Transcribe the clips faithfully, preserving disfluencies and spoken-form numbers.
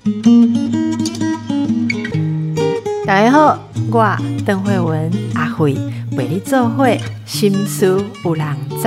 大家好，我邓惠文阿惠陪你做伙，心思有人知。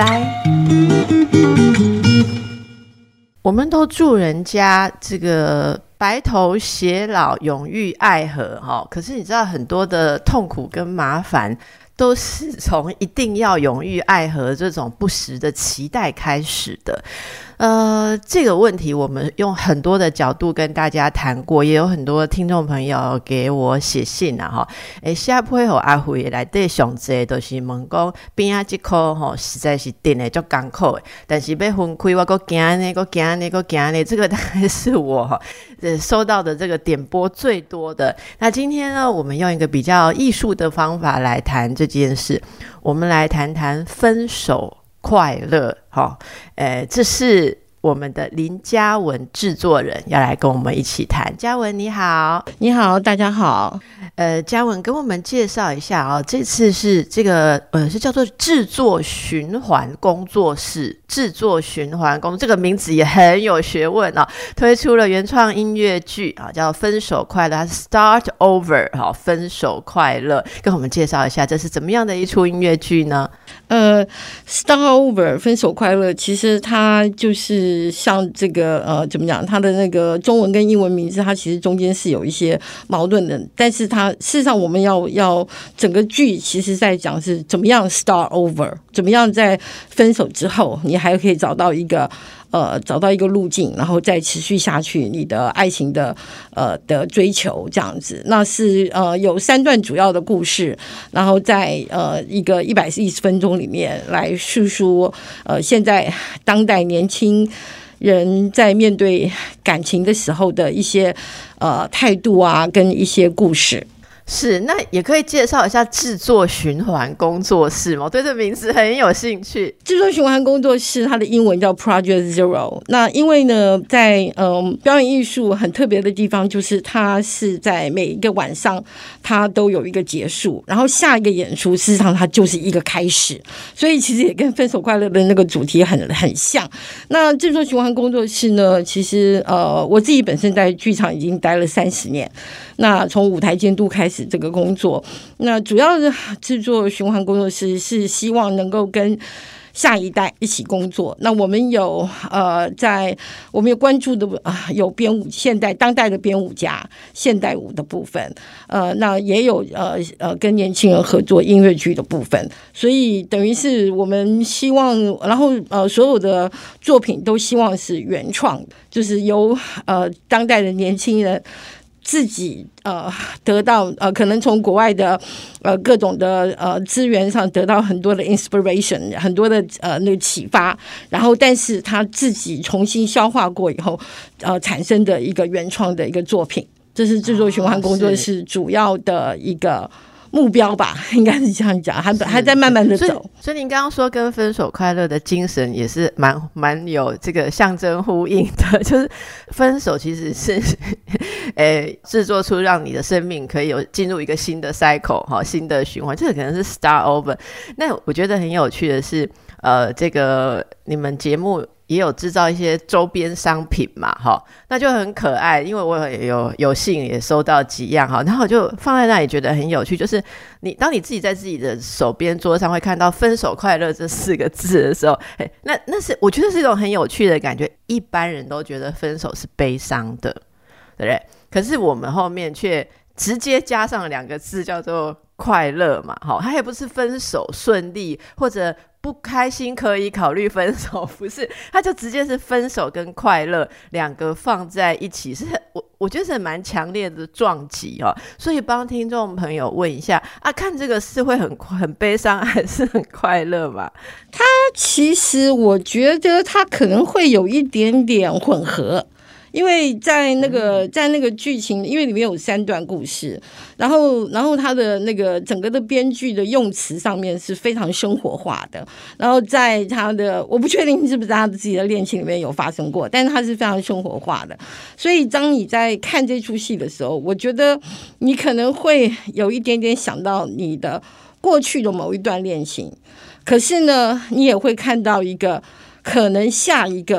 我们都祝人家这个白头偕老、永浴爱河，可是你知道很多的痛苦跟麻烦都是从一定要永浴爱河这种不实的期待开始的。呃，这个问题我们用很多的角度跟大家谈过，也有很多听众朋友给我写信啊哈。诶，下配合阿慧来对上济都是问讲边啊这科吼实在是定的足艰苦的，但是要分开我搁惊呢，搁惊呢，搁惊呢，这个大概是我哈呃收到的这个点播最多的。那今天呢，我们用一个比较艺术的方法来谈这件事，我们来谈谈分手快乐。好，呃，这是我们的林嘉文制作人要来跟我们一起谈。嘉文你好。 你好，大家好。 呃，嘉文跟我们介绍一下哦，这次是这个呃是叫做制作循环工作室，制作循环工这个名字也很有学问哦，推出了原创音乐剧啊，叫《分手快乐》，Start Over 哈，分手快乐，跟我们介绍一下这是怎么样的一出音乐剧呢？ 呃 ，Start Over 分手快乐，其实它就是像这个呃，怎么讲？它的那个中文跟英文名字，它其实中间是有一些矛盾的。但是它事实上，我们要要整个剧其实在讲是怎么样 Start Over， 怎么样在分手之后，你还可以找到一个。呃，找到一个路径，然后再持续下去你的爱情的呃的追求，这样子。那是呃有三段主要的故事，然后在呃一个一百一十分钟里面来述说呃现在当代年轻人在面对感情的时候的一些呃态度啊，跟一些故事。 是，那也可以介绍一下制作循环工作室吗？我对这名字很有兴趣。 制作循环工作室，它的英文叫 Project Zero。那因为呢，在嗯表演艺术很特别的地方，就是它是在每一个晚上，它都有一个结束，然后下一个演出，事实上它就是一个开始。所以其实也跟分手快乐的那个主题很很像。那制作循环工作室呢，其实呃我自己本身在剧场已经待了三十年。那从舞台监督开始这个工作，那主要的制作循环工作室是希望能够跟下一代一起工作。那我们有呃，在我们有关注的啊、呃，有编舞现代当代的编舞家，现代舞的部分，呃，那也有呃呃跟年轻人合作音乐剧的部分。所以等于是我们希望，然后呃所有的作品都希望是原创，就是由呃当代的年轻人。自己呃得到呃可能从国外的呃各种的呃资源上得到很多的 inspiration， 很多的呃那个启发，然后但是他自己重新消化过以后呃产生的一个原创的一个作品，这是制作循环工作室主要的一个目标吧，应该是这样讲，还还在慢慢的走。 所以，所以您刚刚说跟分手快乐的精神也是蛮蛮有这个象征呼应的，就是分手其实是，诶，制作出让你的生命可以有进入一个新的 cycle 哈，新的循环，这个可能是 start over。那我觉得很有趣的是，呃，这个你们节目。也有制造一些周边商品嘛，那就很可爱，因为我有有幸也收到几样，然后我就放在那里觉得很有趣，就是你当你自己在自己的手边桌上会看到分手快乐这四个字的时候，那那是我觉得是一种很有趣的感觉。一般人都觉得分手是悲伤的，对不对？可是我们后面却直接加上两个字叫做快乐嘛，它也不是分手顺利或者不开心可以考虑分手，不是，它就直接是分手跟快乐两个放在一起，是我我觉得是蛮强烈的撞击哦。所以帮听众朋友问一下啊，看这个是会很很悲伤还是很快乐嘛？ 它其实我觉得它可能会有一点点混合。因为在那个在那个剧情，因为里面有三段故事，然后然后他的那个整个的编剧的用词上面是非常生活化的，然后在他的我不确定是不是他自己的恋情里面有发生过，但是他是非常生活化的，所以当你在看这出戏的时候，我觉得你可能会有一点点想到你的过去的某一段恋情，可是呢，你也会看到一个可能下一个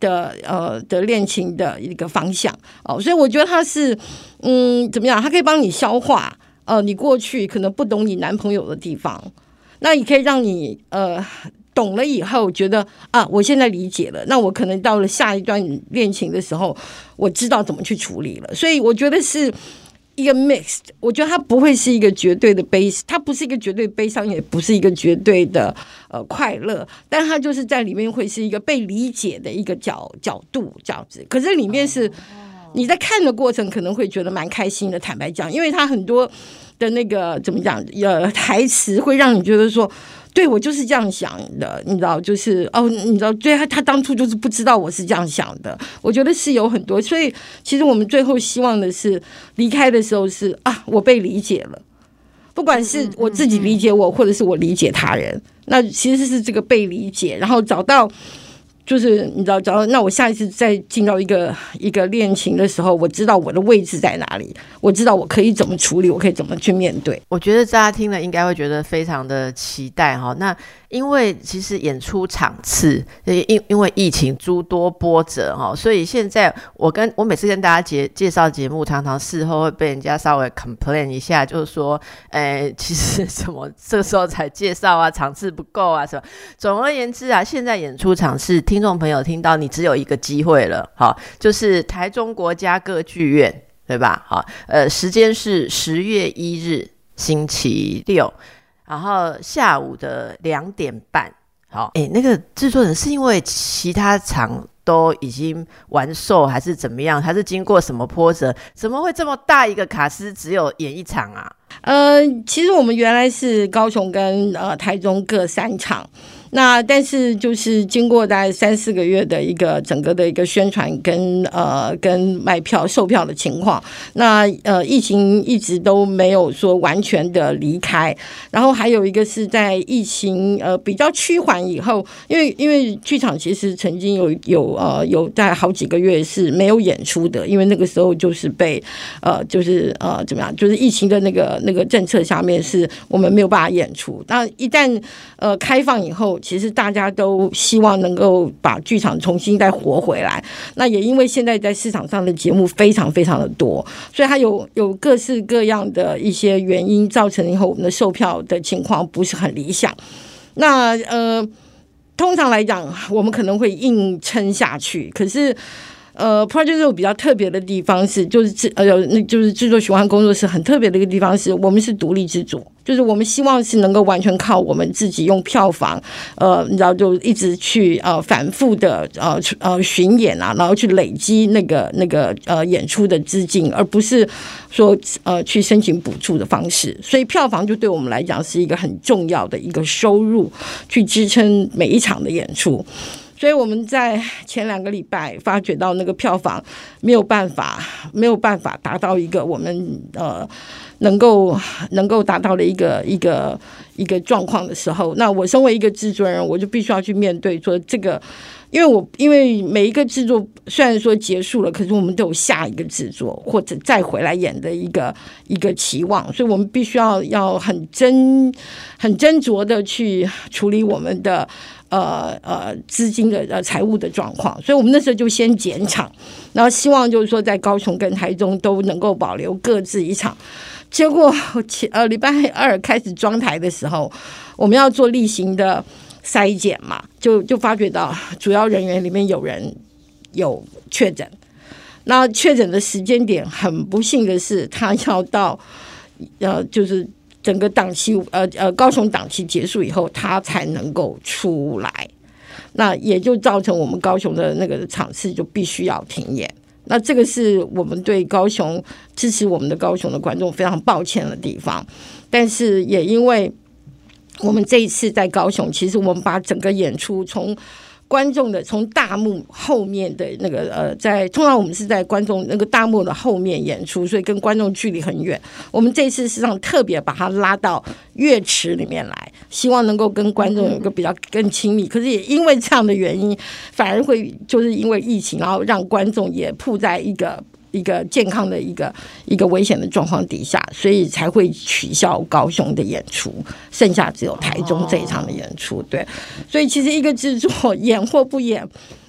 的呃的恋情的一个方向哦，所以我觉得它是嗯怎么样，它可以帮你消化呃你过去可能不懂你男朋友的地方，那也可以让你呃懂了以后觉得啊我现在理解了，那我可能到了下一段恋情的时候我知道怎么去处理了，所以我觉得是一个 mixed， 我觉得它不会是一个绝对的悲，它不是一个绝对悲伤，也不是一个绝对的呃快乐，但它就是在里面会是一个被理解的一个角角度这样子。可是里面是你在看的过程可能会觉得蛮开心的，坦白讲，因为它很多的那个怎么讲呃台词会让你觉得说。对，我就是这样想的，你知道，就是哦，你知道，对他，他当初就是不知道我是这样想的。我觉得是有很多，所以其实我们最后希望的是离开的时候是啊，我被理解了，不管是我自己理解我，或者是我理解他人，那其实是这个被理解，然后找到。就是你知道，找到那我下一次再进到一个一个恋情的时候，我知道我的位置在哪里，我知道我可以怎么处理，我可以怎么去面对。 我觉得大家听了应该会觉得非常的期待哈。那因为其实演出场次因因为疫情诸多波折哈，所以现在我跟我每次跟大家介介绍节目，常常事后会被人家稍微 complain 一下，就是说，哎，其实什么这个时候才介绍啊，场次不够啊什么。总而言之啊，现在演出场次。听众朋友听到你只有一个机会了，好，就是台中国家歌剧院，对吧？好，呃，时间是十月一日星期六，然后下午的两点半。好，哎，那个制作人是因为其他场都已经完售，还是怎么样？还是经过什么波折？怎么会这么大一个卡司只有演一场啊？ 呃，其实我们原来是高雄跟呃台中各三场。那但是就是经过大概三四个月的一个整个的一个宣传跟呃跟卖票售票的情况，那呃疫情一直都没有说完全的离开，然后还有一个是在疫情呃比较趋缓以后，因为因为剧场其实曾经有有呃有在好几个月是没有演出的，因为那个时候就是被呃就是呃怎么样，就是疫情的那个那个政策下面是我们没有办法演出，那一旦呃开放以后。其实大家都希望能够把剧场重新再活回来，那也因为现在在市场上的节目非常非常的多，所以它有有各式各样的一些原因造成以后我们的售票的情况不是很理想。那呃，通常来讲我们可能会硬撑下去，可是。呃 Project Zero 比较特别的地方是，就是呃，那就是制作循环工作室很特别的一个地方是，我们是独立制作，就是我们希望是能够完全靠我们自己用票房，呃，你知道就一直去呃反复的呃呃巡演啊，然后去累积那个那个呃演出的资金，而不是说呃去申请补助的方式，所以票房就对我们来讲是一个很重要的一个收入，去支撑每一场的演出。所以我们在前两个礼拜发觉到那个票房没有办法没有办法达到一个我们呃能够能够达到的一个一个一个状况的时候，那我身为一个制作人，我就必须要去面对说这个，因为我因为每一个制作虽然说结束了，可是我们都有下一个制作或者再回来演的一个一个期望，所以我们必须要要很斟很斟酌的去处理我们的。呃呃，资金的呃财务的状况，所以我们那时候就先减场，然后希望就是说在高雄跟台中都能够保留各自一场。结果呃礼拜二开始装台的时候，我们要做例行的筛检嘛，就就发觉到主要人员里面有人有确诊，那确诊的时间点很不幸的是，他要到呃就是。整个档期，呃呃，高雄档期结束以后，他才能够出来，那也就造成我们高雄的那个场次就必须要停演。那这个是我们对高雄支持我们的高雄的观众非常抱歉的地方，但是也因为我们这一次在高雄，其实我们把整个演出从观众的从大幕后面的那个呃，在通常我们是在观众那个大幕的后面演出，所以跟观众距离很远。我们这次实际上特别把它拉到乐池里面来，希望能够跟观众有一个比较更亲密。可是也因为这样的原因，反而会就是因为疫情，然后让观众也扑在一个。一个健康的一个一个危险的状况底下，所以才会取消高雄的演出，剩下只有台中这一场的演出。对，所以其实一个制作演或不演，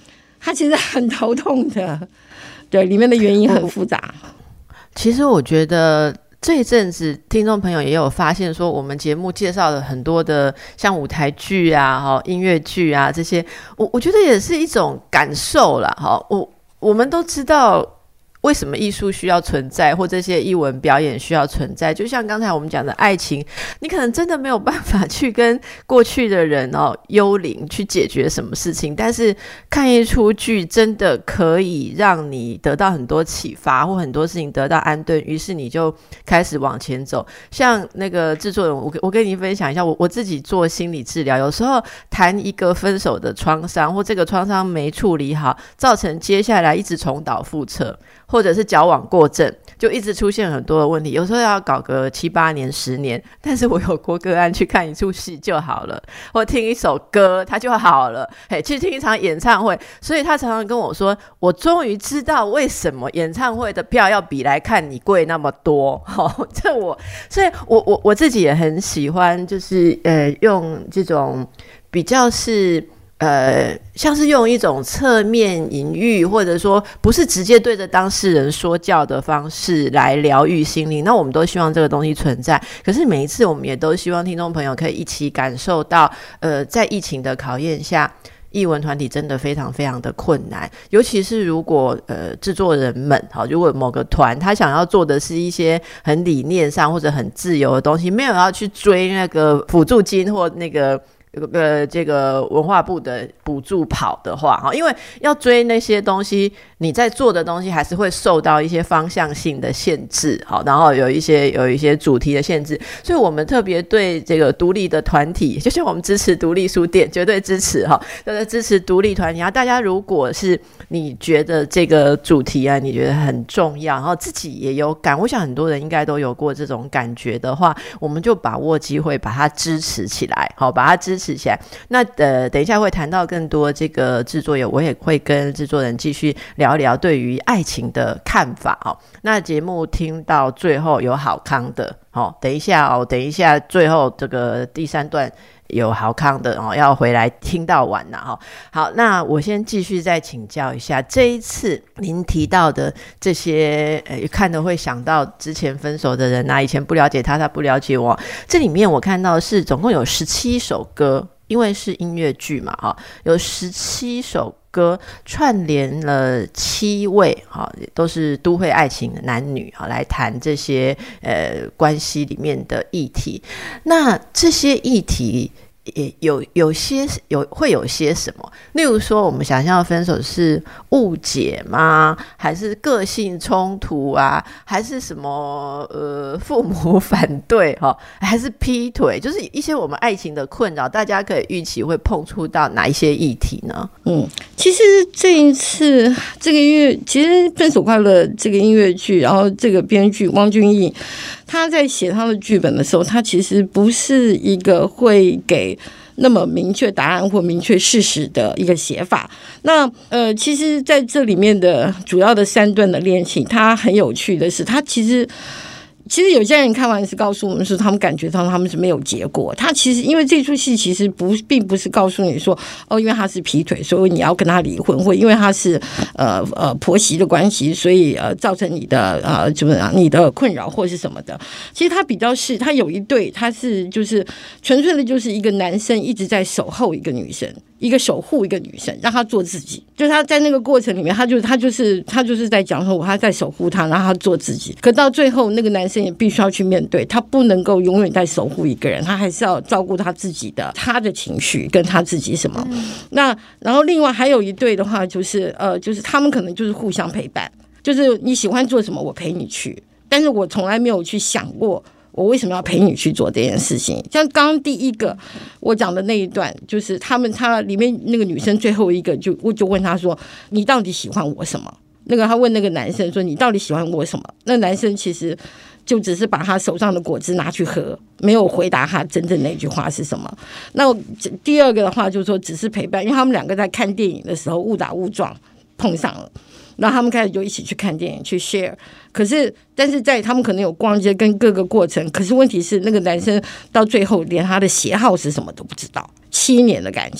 他其实很头痛的，对，里面的原因很复杂。 其实我觉得这一阵子听众朋友也有发现说，我们节目介绍了很多的像舞台剧啊、音乐剧啊这些，我我觉得也是一种感受啦。我我们都知道为什么艺术需要存在，或这些艺文表演需要存在，就像刚才我们讲的爱情，你可能真的没有办法去跟过去的人哦幽灵去解决什么事情，但是看一出剧真的可以让你得到很多启发，或很多事情得到安顿，于是你就开始往前走。像那个制作人，我我跟你分享一下，我我自己做心理治疗，有时候谈一个分手的创伤，或这个创伤没处理好，造成接下来一直重蹈覆辙，或者是矫枉过正，就一直出现很多的问题，有时候要搞个七八年十年，但是我有过个案去看一出戏就好了，或听一首歌它就好了，嘿，去听一场演唱会，所以他常常跟我说，我终于知道为什么演唱会的票要比来看你贵那么多、哦、这我所以我我我自己也很喜欢，就是呃用这种比较是呃，像是用一种侧面隐喻，或者说不是直接对着当事人说教的方式来疗愈心灵，那我们都希望这个东西存在，可是每一次我们也都希望听众朋友可以一起感受到呃，在疫情的考验下，艺文团体真的非常非常的困难，尤其是如果呃制作人们好，如果某个团他想要做的是一些很理念上或者很自由的东西，没有要去追那个辅助金或那个呃，这个文化部的补助跑的话，因为要追那些东西，你在做的东西还是会受到一些方向性的限制，好，然后有一些有一些主题的限制，所以我们特别对这个独立的团体，就像我们支持独立书店，绝对支持哈，就是支持独立团体。然后大家如果是你觉得这个主题啊，你觉得很重要，然后自己也有感，我想很多人应该都有过这种感觉的话，我们就把握机会把它支持起来，好，把它支持起来。那呃，等一下会谈到更多这个制作人，我也会跟制作人继续聊聊对于爱情的看法哦。那节目听到最后有好康的哦，等一下哦，等一下最后这个第三段有好康的哦，要回来听到完了哦。好，那我先继续再请教一下，这一次您提到的这些，呃，看了会想到之前分手的人啊，以前不了解他，他不了解我。这里面我看到是总共有十七首歌，因为是音乐剧嘛，哈，有十七首歌串联了七位，哈，都是都会爱情的男女，哈，来谈这些呃关系里面的议题。那这些议题也有有些有会有些什么？例如说，我们想象的分手是误解吗？还是个性冲突啊？还是什么呃父母反对哈？还是劈腿？就是一些我们爱情的困扰，大家可以预期会碰触到哪一些议题呢？ 嗯，其实这一次这个音乐，其实《分手快乐》这个音乐剧，然后这个编剧汪俊义，他在写他的剧本的时候，他其实不是一个会给那么明确答案或明确事实的一个写法。那呃，其实在这里面的主要的三段的恋情，它很有趣的是，它其实。其实有些人看完是告诉我们说，他们感觉到他们是没有结果。他其实因为这出戏其实不并不是告诉你说，哦，因为他是劈腿，所以你要跟他离婚，或因为他是呃呃婆媳的关系，所以呃造成你的呃怎么样你的困扰或是什么的。其实他比较是，他有一对，他是就是纯粹的就是一个男生一直在守候一个女生。一个守护一个女生，让她做自己，就是他在那个过程里面，他就他就是他就是在讲说，他在守护她，让她做自己。可到最后，那个男生也必须要去面对，他不能够永远在守护一个人，他还是要照顾他自己的他的情绪跟他自己什么。嗯、那然后另外还有一对的话，就是呃，就是他们可能就是互相陪伴，就是你喜欢做什么，我陪你去，但是我从来没有去想过。我为什么要陪你去做这件事情？像刚刚第一个我讲的那一段，就是他们他里面那个女生最后一个就我就问他说：“你到底喜欢我什么？”那个他问那个男生说：“你到底喜欢我什么？”那男生其实就只是把他手上的果汁拿去喝，没有回答他真正那句话是什么。那第二个的话就是说只是陪伴，因为他们两个在看电影的时候误打误撞碰上了。然后他们开始就一起去看电影去 share， 可是但是在他们可能有逛街跟各个过程，可是问题是那个男生到最后连他的鞋号是什么都不知道，七年的感情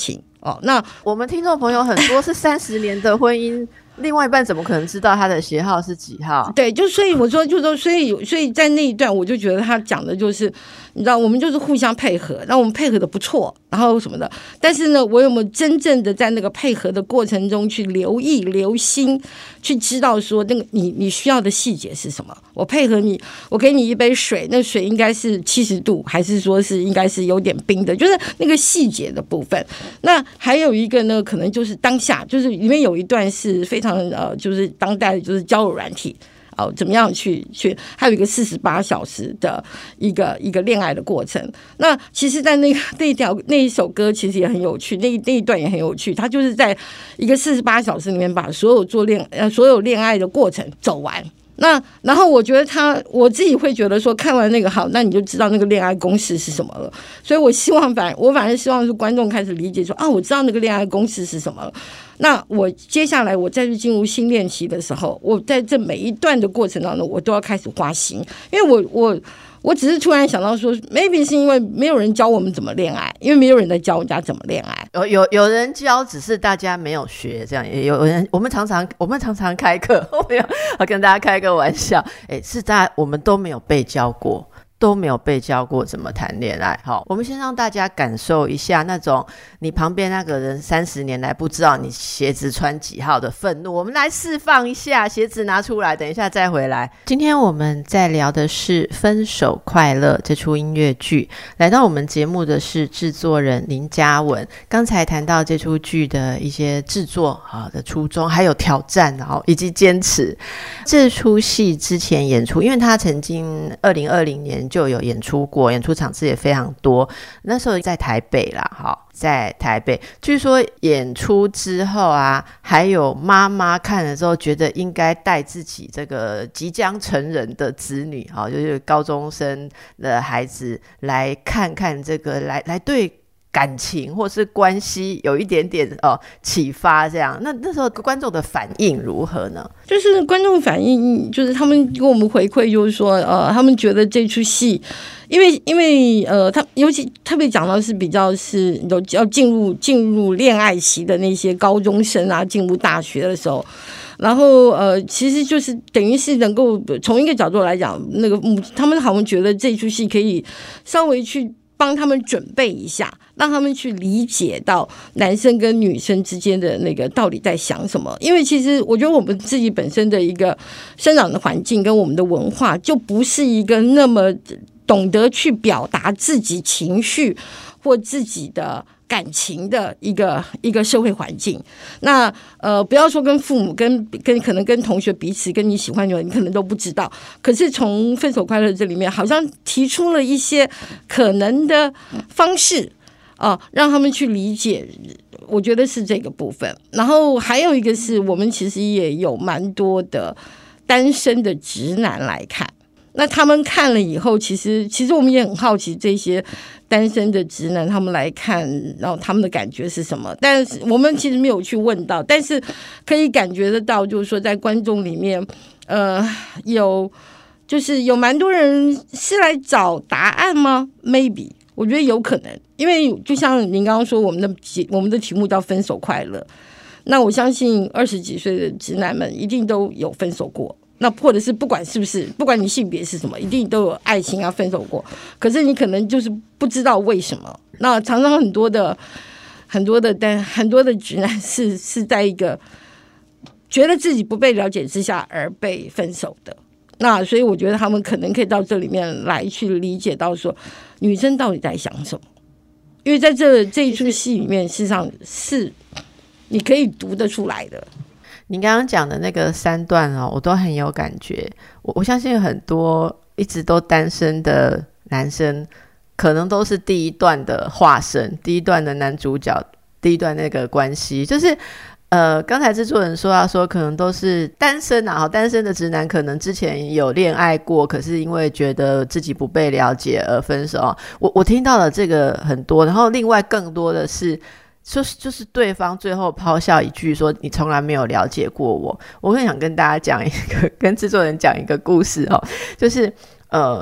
哦，那我们听众朋友很多是三十年的婚姻，另外一半怎么可能知道他的鞋号是几号？ 对，就所以我说，就说，所以，所以在那一段，我就觉得他讲的就是，你知道，我们就是互相配合，然后我们配合的不错，然后什么的。但是呢，我有没有真正的在那个配合的过程中去留意、留心，去知道说那个你你需要的细节是什么？我配合你，我给你一杯水，那水应该是七十度，还是说是应该是有点冰的？就是那个细节的部分。那还有一个呢，可能就是当下，就是里面有一段是非常呃，就是当代就是交友软体。哦，怎么样去去？还有一个四十八小时的一个一个恋爱的过程。那其实，在那个那一条那一首歌，其实也很有趣，那那一段也很有趣。他就是在一个四十八小时里面，把所有做恋呃所有恋爱的过程走完。那然后我觉得他，我自己会觉得说，看完那个好，那你就知道那个恋爱公式是什么了。所以我希望反我反而希望是观众开始理解说，啊，我知道那个恋爱公式是什么了。那我接下来我再去进入新恋期的时候，我在这每一段的过程当中，我都要开始花心，因为我我我只是突然想到说 ，maybe 是因为没有人教我们怎么恋爱，因为没有人在教人家怎么恋爱。 有有有人教，只是大家没有学，这样也有人。我们常常我们常常开课，我没有要跟大家开个玩笑，哎，是大家我们都没有被教过。都没有被教过怎么谈恋爱。好，我们先让大家感受一下那种你旁边那个人三十年来不知道你鞋子穿几号的愤怒。我们来释放一下，鞋子拿出来，等一下再回来。今天我们在聊的是《分手快乐》这出音乐剧，来到我们节目的是制作人林嘉文。刚才谈到这出剧的一些制作好的初衷，还有挑战，然后以及坚持。这出戏之前演出，因为他曾经二零二零年就有演出过，演出场次也非常多。那时候在台北啦，好，在台北。据说演出之后啊，还有妈妈看了之后觉得应该带自己这个即将成人的子女，好，就是高中生的孩子来看看这个，来来对感情或是关系有一点点哦启发，这样。那那时候观众的反应如何呢？ 就是观众反应，就是他们跟我们回馈，就是说，呃，他们觉得这出戏，因为因为呃，他尤其特别讲到是比较是有要进入进入恋爱期的那些高中生啊，进入大学的时候。然后呃，其实就是等于是能够从一个角度来讲，那个他们好像觉得这出戏可以稍微去帮他们准备一下，让他们去理解到男生跟女生之间的那个到底在想什么。因为其实我觉得我们自己本身的一个生长的环境跟我们的文化，就不是一个那么懂得去表达自己情绪或自己的感情的一个一个社会环境。那呃，不要说跟父母、跟跟可能跟同学彼此跟你喜欢的人，你可能都不知道。可是从《分手快乐》这里面，好像提出了一些可能的方式啊、呃，让他们去理解。我觉得是这个部分。然后还有一个是我们其实也有蛮多的单身的直男来看。那他们看了以后，其实其实我们也很好奇这些单身的直男他们来看，然后他们的感觉是什么？但是我们其实没有去问到，但是可以感觉得到，就是说在观众里面，呃，有就是有蛮多人是来找答案吗 ？Maybe， 我觉得有可能，因为就像您刚刚说，我们的我们的题目叫分手快乐，那我相信二十几岁的直男们一定都有分手过。那或者是不管是不是，不管你性别是什么，一定都有爱情啊分手过，可是你可能就是不知道为什么。那常常很多的很多的但很多的直男是是在一个觉得自己不被了解之下而被分手的。那所以我觉得他们可能可以到这里面来去理解到说女生到底在想什么，因为在这这一出戏里面，事实上是你可以读得出来的。 你刚刚讲的那个三段哦，我都很有感觉。我我相信很多一直都单身的男生，可能都是第一段的化身，第一段的男主角，第一段那个关系，就是呃，刚才制作人说到说，可能都是单身啊，单身的直男可能之前有恋爱过，可是因为觉得自己不被了解而分手。我我听到了这个很多，然后另外更多的是。就是就是对方最后抛下一句说你从来没有了解过我。我很想跟大家讲一个跟制作人讲一个故事哦，就是呃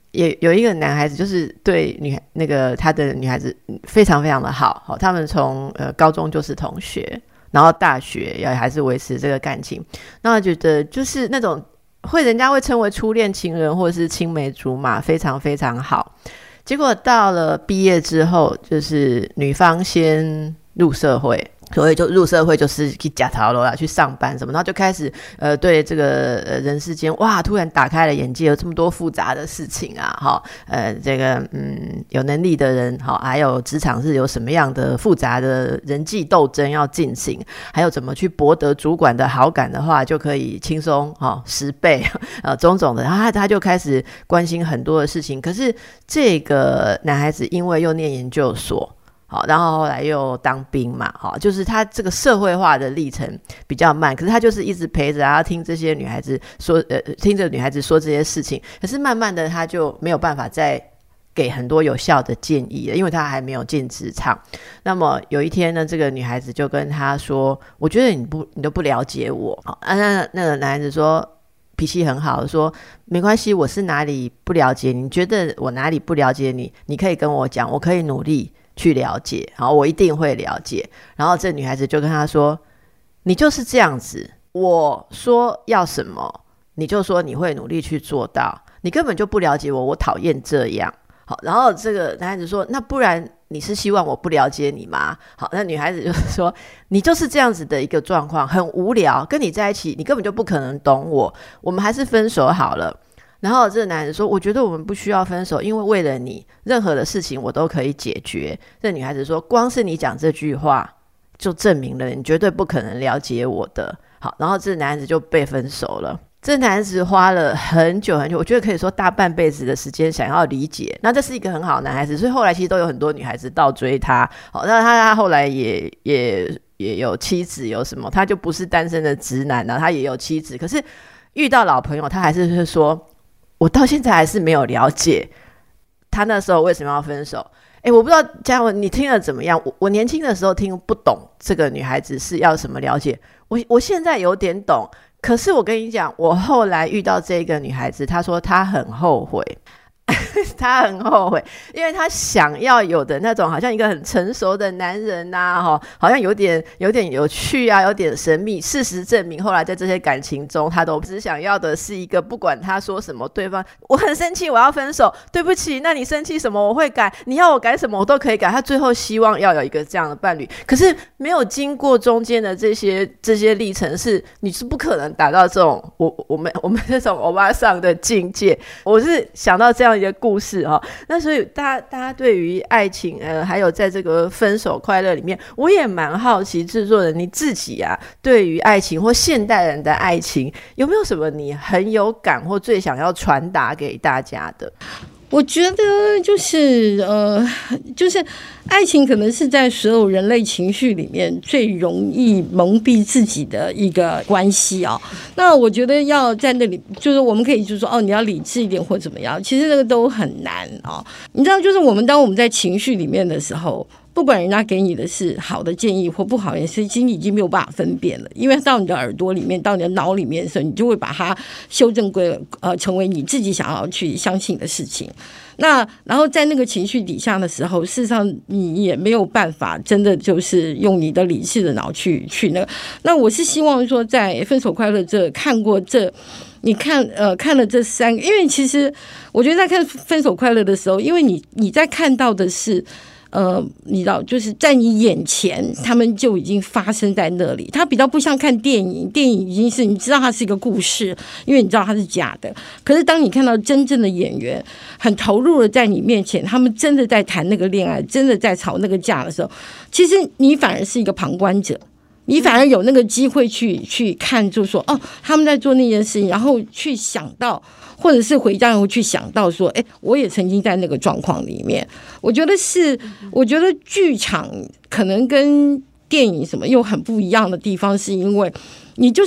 也有一个男孩子，就是对女那个他的女孩子非常非常的好，好，他们从呃高中就是同学，然后大学也还是维持这个感情。那我觉得就是那种会人家会称为初恋情人或者是青梅竹马，非常非常好。结果到了毕业之后，就是女方先入社会，所以就入社会就是去假头了啦，去上班什么，然后就开始呃对这个呃人世间哇突然打开了眼界，有这么多复杂的事情啊，哈，呃这个嗯有能力的人，好，还有职场是有什么样的复杂的人际斗争要进行，还有怎么去博得主管的好感的话，就可以轻松哈十倍呃种种的，然后他他就开始关心很多的事情。可是这个男孩子因为又念研究所。好，然后后来又当兵嘛，好，就是他这个社会化的历程比较慢，可是他就是一直陪着啊，听这些女孩子说，呃，听着女孩子说这些事情，可是慢慢的他就没有办法再给很多有效的建议了，因为他还没有进职场。那么有一天呢，这个女孩子就跟他说：“我觉得你不，你都不了解我。”好，啊，那那个男孩子说。脾气很好，说没关系，我是哪里不了解你，你觉得我哪里不了解你，你可以跟我讲，我可以努力去了解，然后我一定会了解。然后这女孩子就跟他说，你就是这样子，我说要什么你就说你会努力去做到，你根本就不了解我，我讨厌这样。好，然后这个男孩子说，那不然你是希望我不了解你吗？好，那女孩子就说，你就是这样子的一个状况，很无聊，跟你在一起你根本就不可能懂我，我们还是分手好了。然后这个男孩子说，我觉得我们不需要分手，因为为了你任何的事情我都可以解决。这女孩子说，光是你讲这句话就证明了你绝对不可能了解我的。好，然后这男孩子就被分手了。这男孩子花了很久很久，我觉得可以说大半辈子的时间想要理解，那这是一个很好的男孩子，所以后来其实都有很多女孩子倒追他。好，那他他后来也也也有妻子，有什么他就不是单身的直男啊，他也有妻子，可是遇到老朋友他还是说，我到现在还是没有了解他那时候为什么要分手。诶，我不知道嘉文你听了怎么样， 我, 我年轻的时候听不懂这个女孩子是要什么了解，我我现在有点懂。可是我跟你讲，我后来遇到这个女孩子，她说她很后悔她很后悔，因为她想要有的那种好像一个很成熟的男人啊，好像有点有点有趣啊，有点神秘。事实证明后来在这些感情中，她都只想要的是一个不管她说什么，对方我很生气我要分手，对不起，那你生气什么我会改，你要我改什么我都可以改。她最后希望要有一个这样的伴侣，可是没有经过中间的这些这些历程，是你是不可能达到这种我我们我们这种欧巴桑的境界。我是想到这样一个故事哦，那所以大家大家对于爱情呃，还有在这个分手快乐里面，我也蛮好奇制作人你自己啊，对于爱情或现代人的爱情，有没有什么你很有感或最想要传达给大家的？ 我觉得就是呃，就是爱情可能是在所有人类情绪里面最容易蒙蔽自己的一个关系啊。那我觉得要在那里，就是我们可以就说哦，你要理智一点或怎么样，其实那个都很难啊。你知道，就是我们当我们在情绪里面的时候，不管人家给你的是好的建议或不好的，其实你已经没有办法分辨了，因为到你的耳朵里面，到你的脑里面的时候，你就会把它修正归呃成为你自己想要去相信的事情。那然后在那个情绪底下的时候，事实上你也没有办法真的就是用你的理智的脑去去那个。那我是希望说，在分手快乐这看过这。你看，呃，看了这三个，因为其实我觉得在看分手快乐的时候，因为你你在看到的是。呃，你知道，就是在你眼前，他们就已经发生在那里。它比较不像看电影，电影已经是你知道它是一个故事，因为你知道它是假的。可是当你看到真正的演员很投入的在你面前，他们真的在谈那个恋爱，真的在吵那个架的时候，其实你反而是一个旁观者。你反而有那个机会去去看，就说哦，他们在做那件事情，然后去想到，或者是回家以后去想到说，哎，我也曾经在那个状况里面。我觉得是，我觉得剧场可能跟电影什么又很不一样的地方，是因为你就是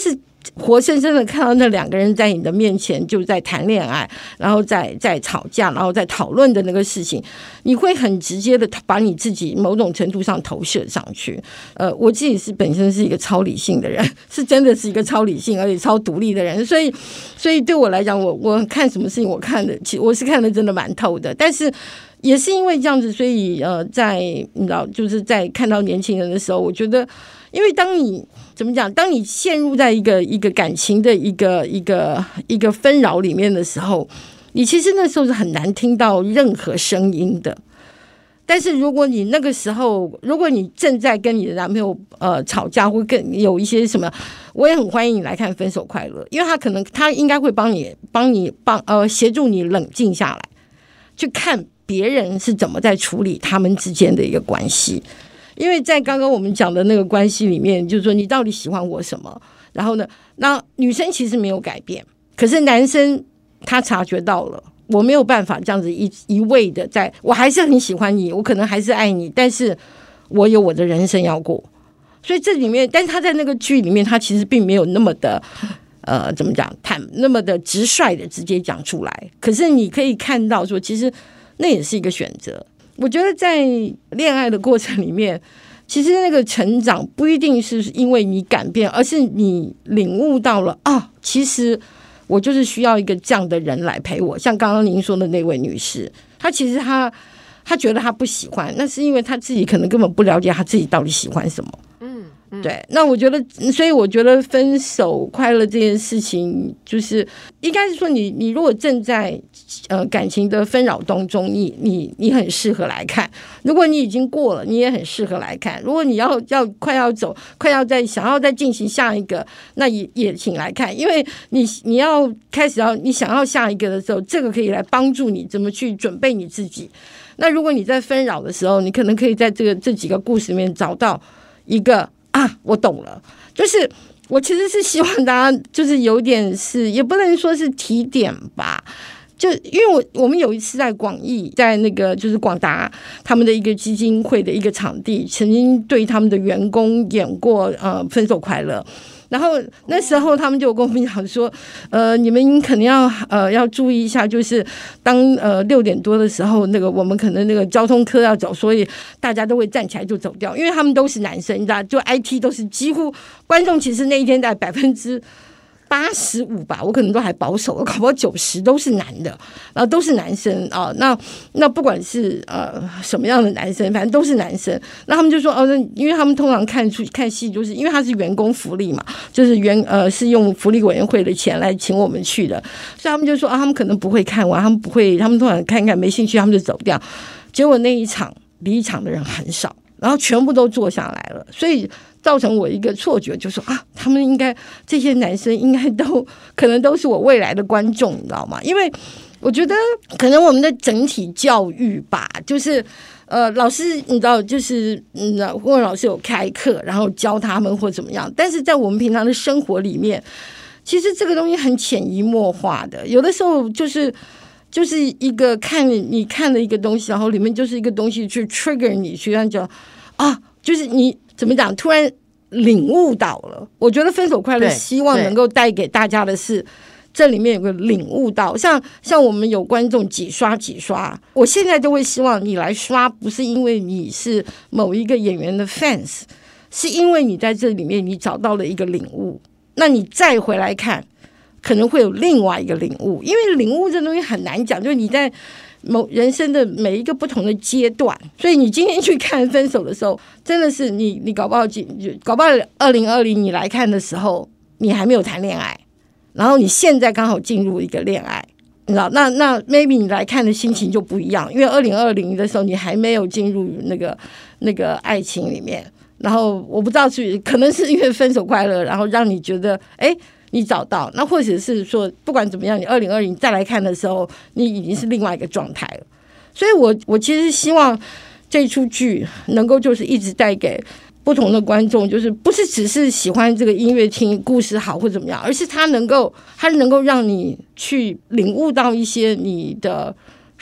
活生生的看到那两个人在你的面前就在谈恋爱，然后在在吵架，然后在讨论的那个事情，你会很直接的把你自己某种程度上投射上去。呃，我自己是本身是一个超理性的人，是真的是一个超理性而且超独立的人，所以所以对我来讲，我我看什么事情我看的，其实我是看的真的蛮透的，但是。也是因为这样子，所以呃，在你知道，就是在看到年轻人的时候，我觉得，因为当你怎么讲，当你陷入在一个一个感情的一个一个一个纷扰里面的时候，你其实那时候是很难听到任何声音的。但是如果你那个时候，如果你正在跟你的男朋友呃吵架，或跟有一些什么，我也很欢迎你来看《分手快乐》，因为他可能他应该会帮你帮你帮呃协助你冷静下来，去看。别人是怎么在处理他们之间的一个关系，因为在刚刚我们讲的那个关系里面，就是说你到底喜欢我什么，然后呢，那女生其实没有改变，可是男生他察觉到了，我没有办法这样子一一味的在，我还是很喜欢你，我可能还是爱你，但是我有我的人生要过，所以这里面，但是他在那个剧里面，他其实并没有那么的。呃，怎么讲？坦那么的直率的直接讲出来，可是你可以看到说，其实那也是一个选择。我觉得在恋爱的过程里面，其实那个成长不一定是因为你改变，而是你领悟到了啊，其实我就是需要一个这样的人来陪我。像刚刚您说的那位女士，她其实她她觉得她不喜欢，那是因为她自己可能根本不了解她自己到底喜欢什么。嗯。对，那我觉得，所以我觉得分手快乐这件事情，就是应该是说你，你如果正在呃感情的纷扰当中，你你你很适合来看；如果你已经过了，你也很适合来看；如果你要要快要走，快要再想要再进行下一个，那也也请来看，因为你你要开始要你想要下一个的时候，这个可以来帮助你怎么去准备你自己。那如果你在纷扰的时候，你可能可以在这个这几个故事里面找到一个。啊，我懂了，就是我其实是希望大家就是有点是，也不能说是提点吧，就因为我我们有一次在广义，在那个就是广达他们的一个基金会的一个场地，曾经对他们的员工演过呃《分手快乐》。然后那时候他们就跟我们讲说，呃，你们肯定要呃要注意一下，就是当呃六点多的时候，那个我们可能那个交通科要走，所以大家都会站起来就走掉，因为他们都是男生，你知道，就 I T 都是几乎观众，其实那一天在百分之八十五吧，我可能都还保守了，搞不好九十都是男的，然后都是男生啊。那那不管是呃什么样的男生，反正都是男生。那他们就说哦，那因为他们通常看出看戏，就是因为他是员工福利嘛，就是员呃是用福利委员会的钱来请我们去的，所以他们就说啊，他们可能不会看完，他们不会，他们通常看看没兴趣，他们就走掉。结果那一场离场的人很少，然后全部都坐下来了，所以。造成我一个错觉，就是说啊，他们应该这些男生应该都可能都是我未来的观众，你知道吗？因为我觉得可能我们的整体教育吧，就是呃，老师你知道，就是嗯，或者老师有开课，然后教他们或怎么样，但是在我们平常的生活里面，其实这个东西很潜移默化的，有的时候就是就是一个看你看的一个东西，然后里面就是一个东西去 trigger 你，去让讲啊，就是你。怎么讲？突然领悟到了，我觉得分手快乐希望能够带给大家的是，这里面有个领悟到，像像我们有观众几刷几刷，我现在都会希望你来刷，不是因为你是某一个演员的 fans， 是因为你在这里面你找到了一个领悟，那你再回来看，可能会有另外一个领悟，因为领悟这东西很难讲，就是你在。某人生的每一个不同的阶段，所以你今天去看分手的时候，真的是你你搞不好搞不好二零二零你来看的时候，你还没有谈恋爱，然后你现在刚好进入一个恋爱，你知道，那那 maybe 你来看的心情就不一样，因为二零二零的时候你还没有进入那个那个爱情里面，然后我不知道是可能是因为分手快乐，然后让你觉得哎。你找到，那或者是说不管怎么样，你二零二零再来看的时候，你已经是另外一个状态了。所以我我其实希望这出剧能够就是一直带给不同的观众，就是不是只是喜欢这个音乐厅故事好或怎么样，而是它能够它能够让你去领悟到一些你的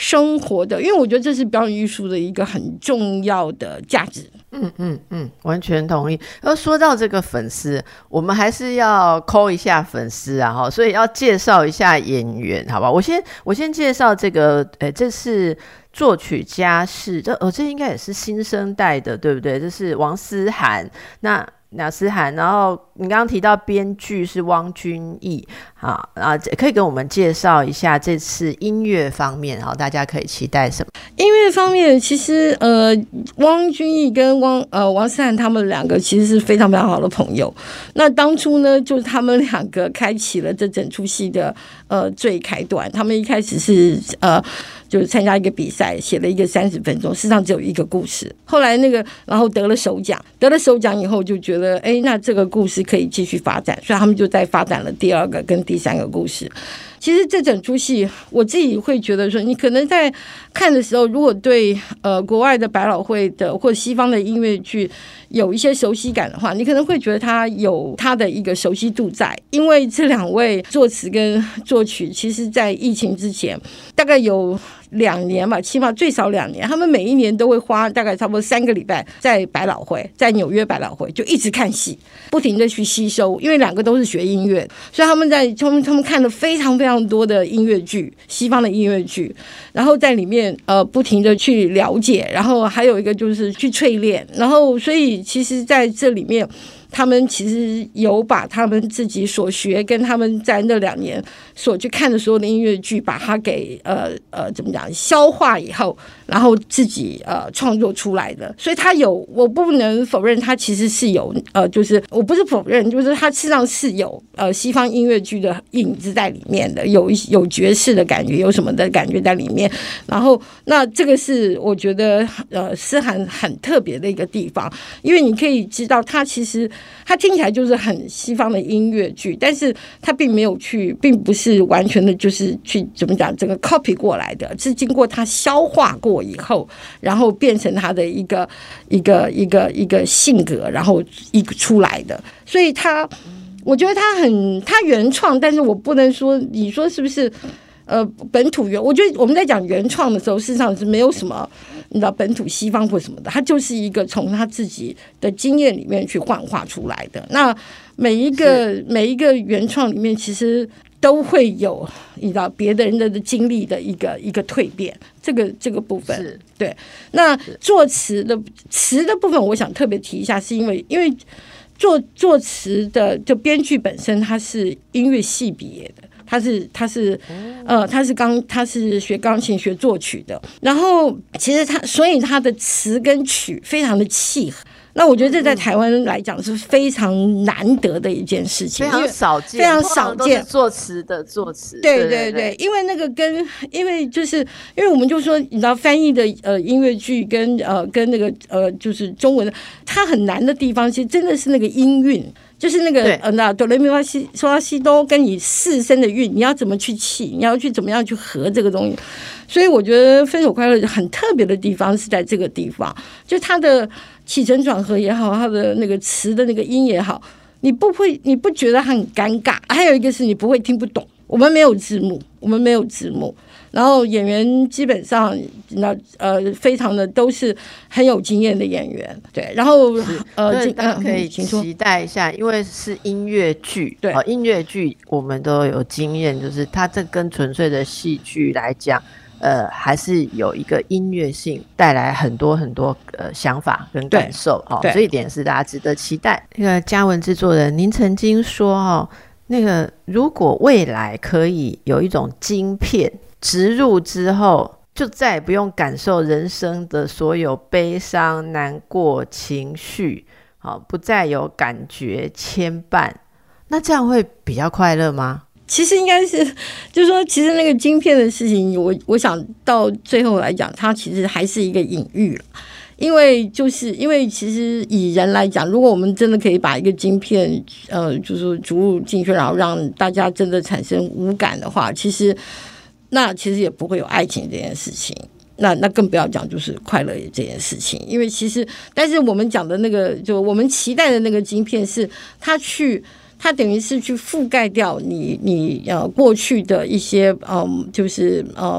生活的，因为我觉得这是表演艺术的一个很重要的价值。 嗯嗯嗯，完全同意。而说到这个粉丝，我们还是要 call 一下粉丝啊，所以要介绍一下演员，好吧？我先我先介绍这个，诶，这是作曲家是这，哦，这应该也是新生代的，对不对？这是王思涵。那雅思涵，然后你刚刚提到编剧是汪君毅啊啊，可以跟我们介绍一下这次音乐方面，好，大家可以期待什么？ 音乐方面，其实呃，汪君毅跟汪呃王思涵他们两个其实是非常非常好的朋友。那当初呢，就是他们两个开启了这整出戏的呃最开端。他们一开始是呃。就是参加一个比赛，写了一个三十分钟，事实上只有一个故事。后来那个，然后得了首奖，得了首奖以后就觉得，哎，那这个故事可以继续发展，所以他们就在发展了第二个跟第三个故事。其实这整出戏，我自己会觉得说，你可能在看的时候，如果对呃国外的百老汇的或西方的音乐剧有一些熟悉感的话，你可能会觉得它有它的一个熟悉度在，因为这两位作词跟作曲，其实在疫情之前大概有两年吧，起码最少两年，他们每一年都会花大概差不多三个礼拜在百老汇，在纽约百老汇就一直看戏，不停的去吸收，因为两个都是学音乐，所以他们在他们他们看了非常非常多的音乐剧，西方的音乐剧，然后在里面呃不停的去了解，然后还有一个就是去淬炼，然后所以其实在这里面。他们其实有把他们自己所学跟他们在那两年所去看的所有的音乐剧，把它给呃呃怎么讲消化以后，然后自己呃创作出来的。所以他有，我不能否认他其实是有呃，就是我不是否认，就是他事实上是有呃西方音乐剧的影子在里面的，有有爵士的感觉，有什么的感觉在里面。然后那这个是我觉得呃思涵很特别的一个地方，因为你可以知道他其实。它听起来就是很西方的音乐剧，但是它并没有去，并不是完全的，就是去怎么讲，这个 copy 过来的，是经过它消化过以后，然后变成它的一个一个一个一个性格，然后一个出来的。所以它，我觉得它很它原创，但是我不能说，你说是不是？呃，本土原，我觉得我们在讲原创的时候，事实上是没有什么，你知道本土西方或什么的，它就是一个从他自己的经验里面去幻化出来的。那每一个每一个原创里面，其实都会有你知道别的人的经历的一个一个蜕变，这个这个部分对。那作词的词的部分，我想特别提一下，是因为因为作作词的就编剧本身他是音乐系毕业的。他是他是呃他是钢他是学钢琴学作曲的，然后其实他所以他的词跟曲非常的契合。那我觉得这在台湾来讲是非常难得的一件事情， 非常少见， 非常少见。 作词的作词， 对对 对, 对，因为那个跟因为就是因为我们就说你知道翻译的呃音乐剧跟呃跟那个呃就是中文的，它很难的地方其实真的是那个音韵。就是那个呃，那哆来咪发西嗦拉西哆跟你四声的韵，你要怎么去起，你要去怎么样去合这个东西。所以我觉得《分手快乐》很特别的地方是在这个地方，就它的起承转合也好，它的那个词的那个音也好，你不会，你不觉得它很尴尬？还有一个是你不会听不懂。我们没有字幕，我们没有字幕。然后演员基本上那呃非常的都是很有经验的演员，对，然后呃大家可以期待一下，因为是音乐剧，对、哦，音乐剧我们都有经验，就是它这跟纯粹的戏剧来讲，呃，还是有一个音乐性带来很多很多呃想法跟感受，哦，这一点是大家值得期待。那个嘉文制作人，您曾经说哦，那个如果未来可以有一种晶片。植入之后就再也不用感受人生的所有悲伤难过情绪，不再有感觉牵绊，那这样会比较快乐吗？ 其实应该是就是说其实那个晶片的事情，我我想到最后来讲它其实还是一个隐喻了，因为就是因为其实以人来讲，如果我们真的可以把一个晶片呃就是注入进去，然后让大家真的产生无感的话，其实那其实也不会有爱情这件事情，那那更不要讲就是快乐这件事情，因为其实，但是我们讲的那个，就我们期待的那个晶片是，它去，它等于是去覆盖掉你你呃过去的一些嗯，就是呃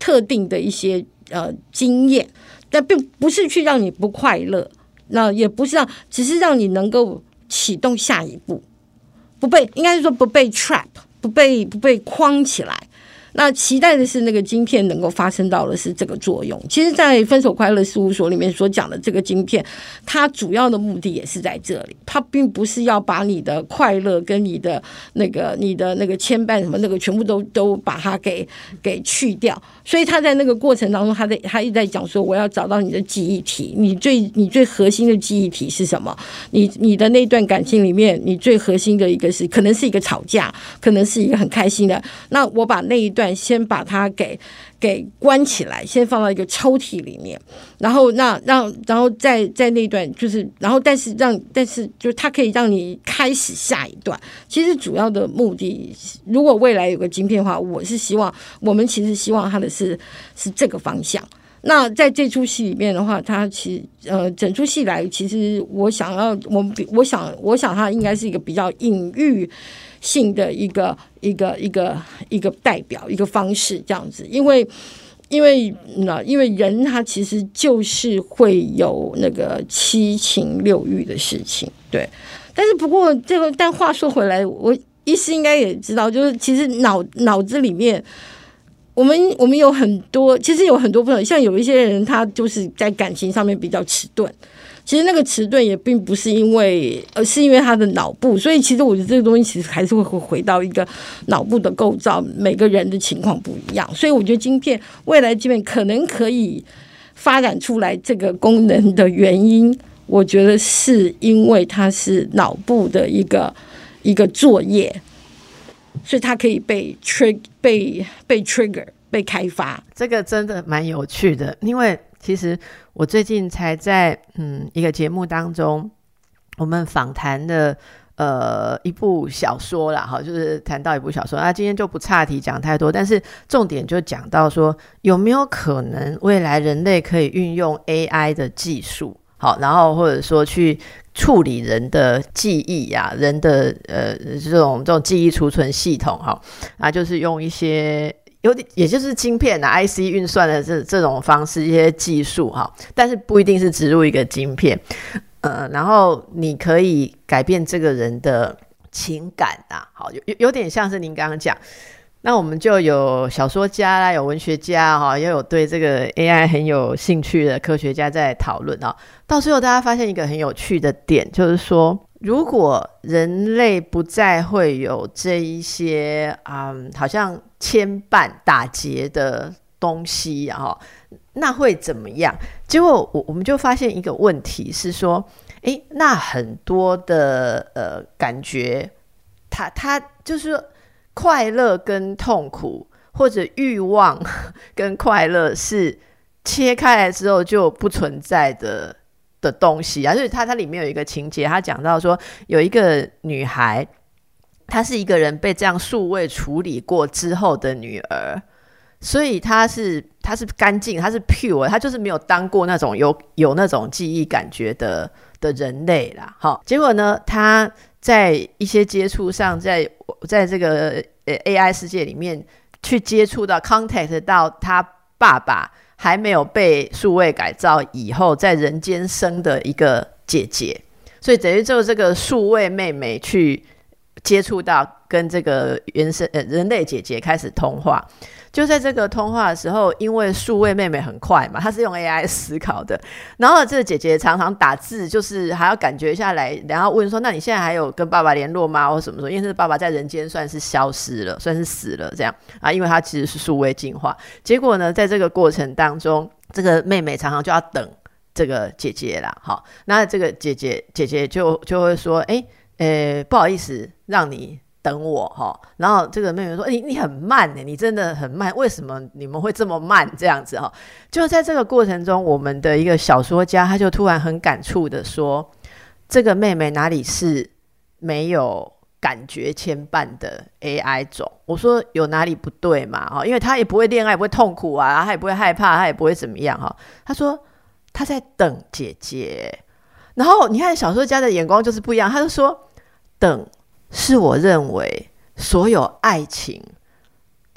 特定的一些呃经验，但并不是去让你不快乐，那也不是让，只是让你能够启动下一步，不被应该是说不被 trap， 不被不被框起来。那期待的是那个晶片能够发生到的是这个作用。其实在分手快乐事务所里面所讲的这个晶片，它主要的目的也是在这里，它并不是要把你的快乐跟你的那个你的那个牵绊什么那个全部都都把它给给去掉。所以他在那个过程当中，他在他一直在讲说，我要找到你的记忆体，你最你最核心的记忆体是什么？你你的那段感情里面，你最核心的一个是可能是一个吵架，可能是一个很开心的。那我把那一段先把它给给关起来，先放到一个抽屉里面，然后那让然后再在那段就是，然后但是让但是就它可以让你开始下一段。其实主要的目的，如果未来有个晶片的话，我是希望我们其实希望它的是是这个方向。那在这出戏里面的话，它其实呃整出戏来，其实我想要我我想我想它应该是一个比较隐喻性的一个一个一个一个代表一个方式这样子，因为因为那因为人他其实就是会有那个七情六欲的事情，对。但是不过这个，但话说回来，我医师应该也知道，就是其实脑脑子里面。我们我们有很多，其实有很多朋友，像有一些人，他就是在感情上面比较迟钝。其实那个迟钝也并不是因为，而是因为他的脑部。所以其实我觉得这个东西其实还是会回到一个脑部的构造，每个人的情况不一样。所以我觉得晶片未来晶片可能可以发展出来这个功能的原因，我觉得是因为它是脑部的一个一个作业。所以它可以被 trigger 被被 trigger 被开发， 这个真的蛮有趣的。因为其实我最近才在嗯一个节目当中，我们访谈的呃一部小说啦，哈，就是谈到一部小说啊，今天就不岔题讲太多，但是重点就讲到说，有没有可能未来人类可以运用 A I 的技术，好，然后或者说去处理人的记忆啊，人的呃这种这种记忆储存系统哈，啊，就是用一些有点也就是晶片啊 I C 运算的这这种方式，一些技术哈，但是不一定是植入一个晶片，呃，然后你可以改变这个人的情感啊，好，有有点像是您刚刚讲。那我们就有小说家啦，有文学家哈，也有对这个 A I 很有兴趣的科学家在讨论啊。到最后，大家发现一个很有趣的点，就是说，如果人类不再会有这一些嗯，好像牵绊打结的东西啊，那会怎么样？结果我我们就发现一个问题是说，诶，那很多的呃感觉，它它就是说。快乐跟痛苦或者欲望跟快乐是切开来之后就不存在的的东西啊，所以它它里面有一个情节，他讲到说有一个女孩，她是一个人被这样数位处理过之后的女儿，所以她是她是干净，她是 pure， 她就是没有当过那种有有那种记忆感觉的的人类啦。好，结果呢，她在一些接触上，在在这个 A I 世界里面去接触到 contact 到他爸爸还没有被数位改造以后在人间生的一个姐姐，所以等于就这个数位妹妹去接触到跟这个原生、呃、人类姐姐开始通话。就在这个通话的时候，因为数位妹妹很快嘛，她是用 A I 思考的，然后这个姐姐常常打字，就是还要感觉下来，然后问说，那你现在还有跟爸爸联络吗或什么什么，因为是爸爸在人间算是消失了，算是死了这样啊，因为他其实是数位进化。结果呢，在这个过程当中，这个妹妹常常就要等这个姐姐啦，好，那这个姐姐姐姐就就会说，哎，呃，不好意思让你等我，然后这个妹妹说，你你很慢耶，你真的很慢，为什么你们会这么慢这样子。就在这个过程中，我们的一个小说家他就突然很感触的说，这个妹妹哪里是没有感觉牵绊的 A I 种。我说有哪里不对嘛，因为她也不会恋爱，不会痛苦啊，她也不会害怕，她也不会怎么样。她说她在等姐姐，然后你看小说家的眼光就是不一样，他就说等是我认为所有爱情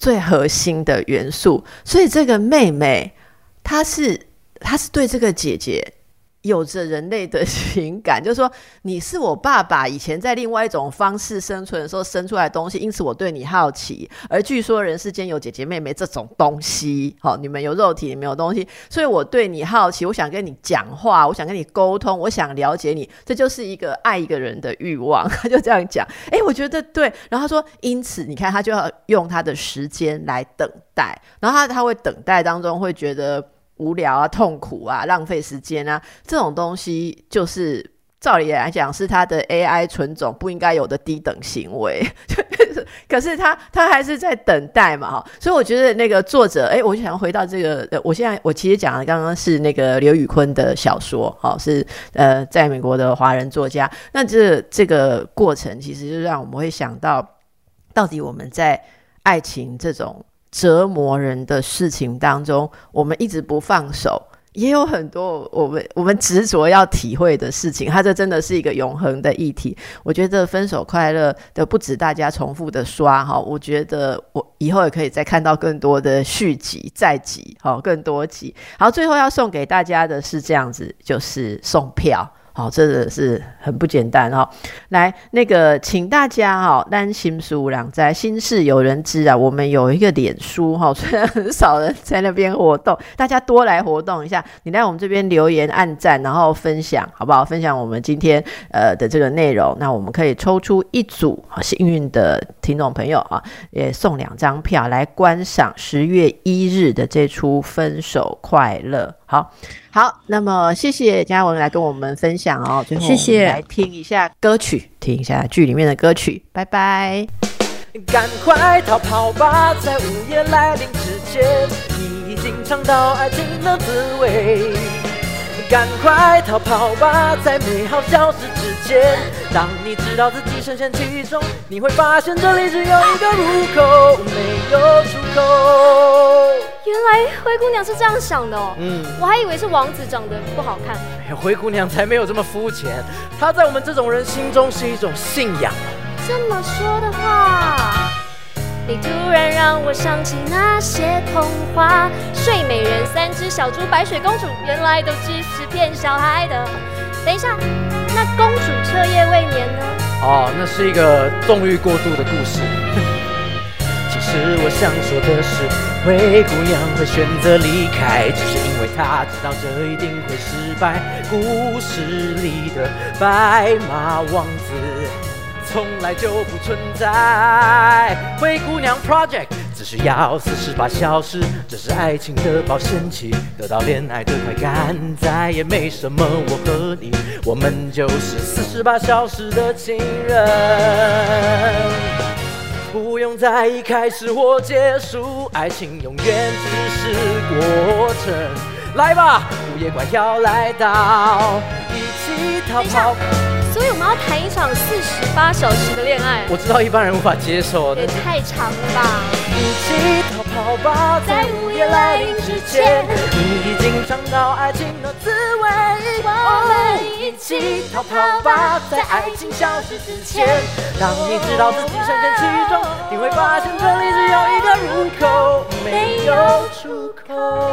最核心的元素。所以这个妹妹她是她是对这个姐姐有着人类的情感，就是说你是我爸爸以前在另外一种方式生存的时候生出来的东西，因此我对你好奇，而据说人世间有姐姐妹妹这种东西、哦、你们有肉体你们有东西，所以我对你好奇，我想跟你讲话，我想跟你沟通，我想了解你，这就是一个爱一个人的欲望。他就这样讲，哎，我觉得对。然后他说因此你看他就要用他的时间来等待，然后他他会等待当中会觉得无聊啊、痛苦啊、浪费时间啊，这种东西就是照理来讲是他的 A I 纯种不应该有的低等行为可是他他还是在等待嘛，所以我觉得那个作者，哎，我想回到这个，我现在我其实讲的刚刚是那个刘宇昆的小说，哦、是呃在美国的华人作家。那这这个过程其实就让我们会想到，到底我们在爱情这种折磨人的事情当中，我们一直不放手，也有很多我们我们执着要体会的事情，它这真的是一个永恒的议题。我觉得分手快乐的不止大家重复的刷，我觉得我以后也可以再看到更多的续集再集，更多集。好，最后要送给大家的是这样子，就是送票，好、哦，真的是很不简单哦。来，那个请大家哦，咱心事有人知，心事有人知啊。我们有一个脸书哈、哦，虽然很少人在那边活动，大家多来活动一下。你来我们这边留言、按赞，然后分享，好不好？分享我们今天呃的这个内容，那我们可以抽出一组幸运的听众朋友啊，也送两张票来观赏十月一日的这出《分手快乐》。好。好，那么谢谢嘉文来跟我们分享哦。最后我们来听一下歌曲，听一下剧里面的歌曲。拜拜。 赶快逃跑吧，在午夜来临之前，你已经尝到爱情的滋味。赶快逃跑吧，在美好消失之前，当你知道自己深陷其中，你会发现这里只有一个入口，没有出口。 原来灰姑娘是这样想的哦， 嗯， 我还以为是王子长得不好看。 哎呀，灰姑娘才没有这么肤浅，她在我们这种人心中是一种信仰。 这么说的话，你突然让我想起那些童话，睡美人、三只小猪、白雪公主，原来都只是骗小孩的。等一下，那公主彻夜未眠呢？ 哦，那是一个纵欲过度的故事。其实我想说的是，灰姑娘会选择离开，只是因为她知道这一定会失败。故事里的白马王子从来就不存在。灰姑娘 Project 只需要四十八小时，这是爱情的保鲜期，得到恋爱的快感，再也没什么我和你，我们就是四十八小时的情人。不用在意开始或结束，爱情永远只是过程。来吧，午夜怪要来到，一起逃跑。 所以我们要谈一场四十八小时的恋爱， 我知道一般人无法接受， 也太长了吧。 一起逃跑吧，在午夜来临之前，你已经尝到爱情的滋味。我们一起逃跑吧，在爱情消失之前，当你知道自己深陷其中，你会发现这里只有一个入口，没有出口。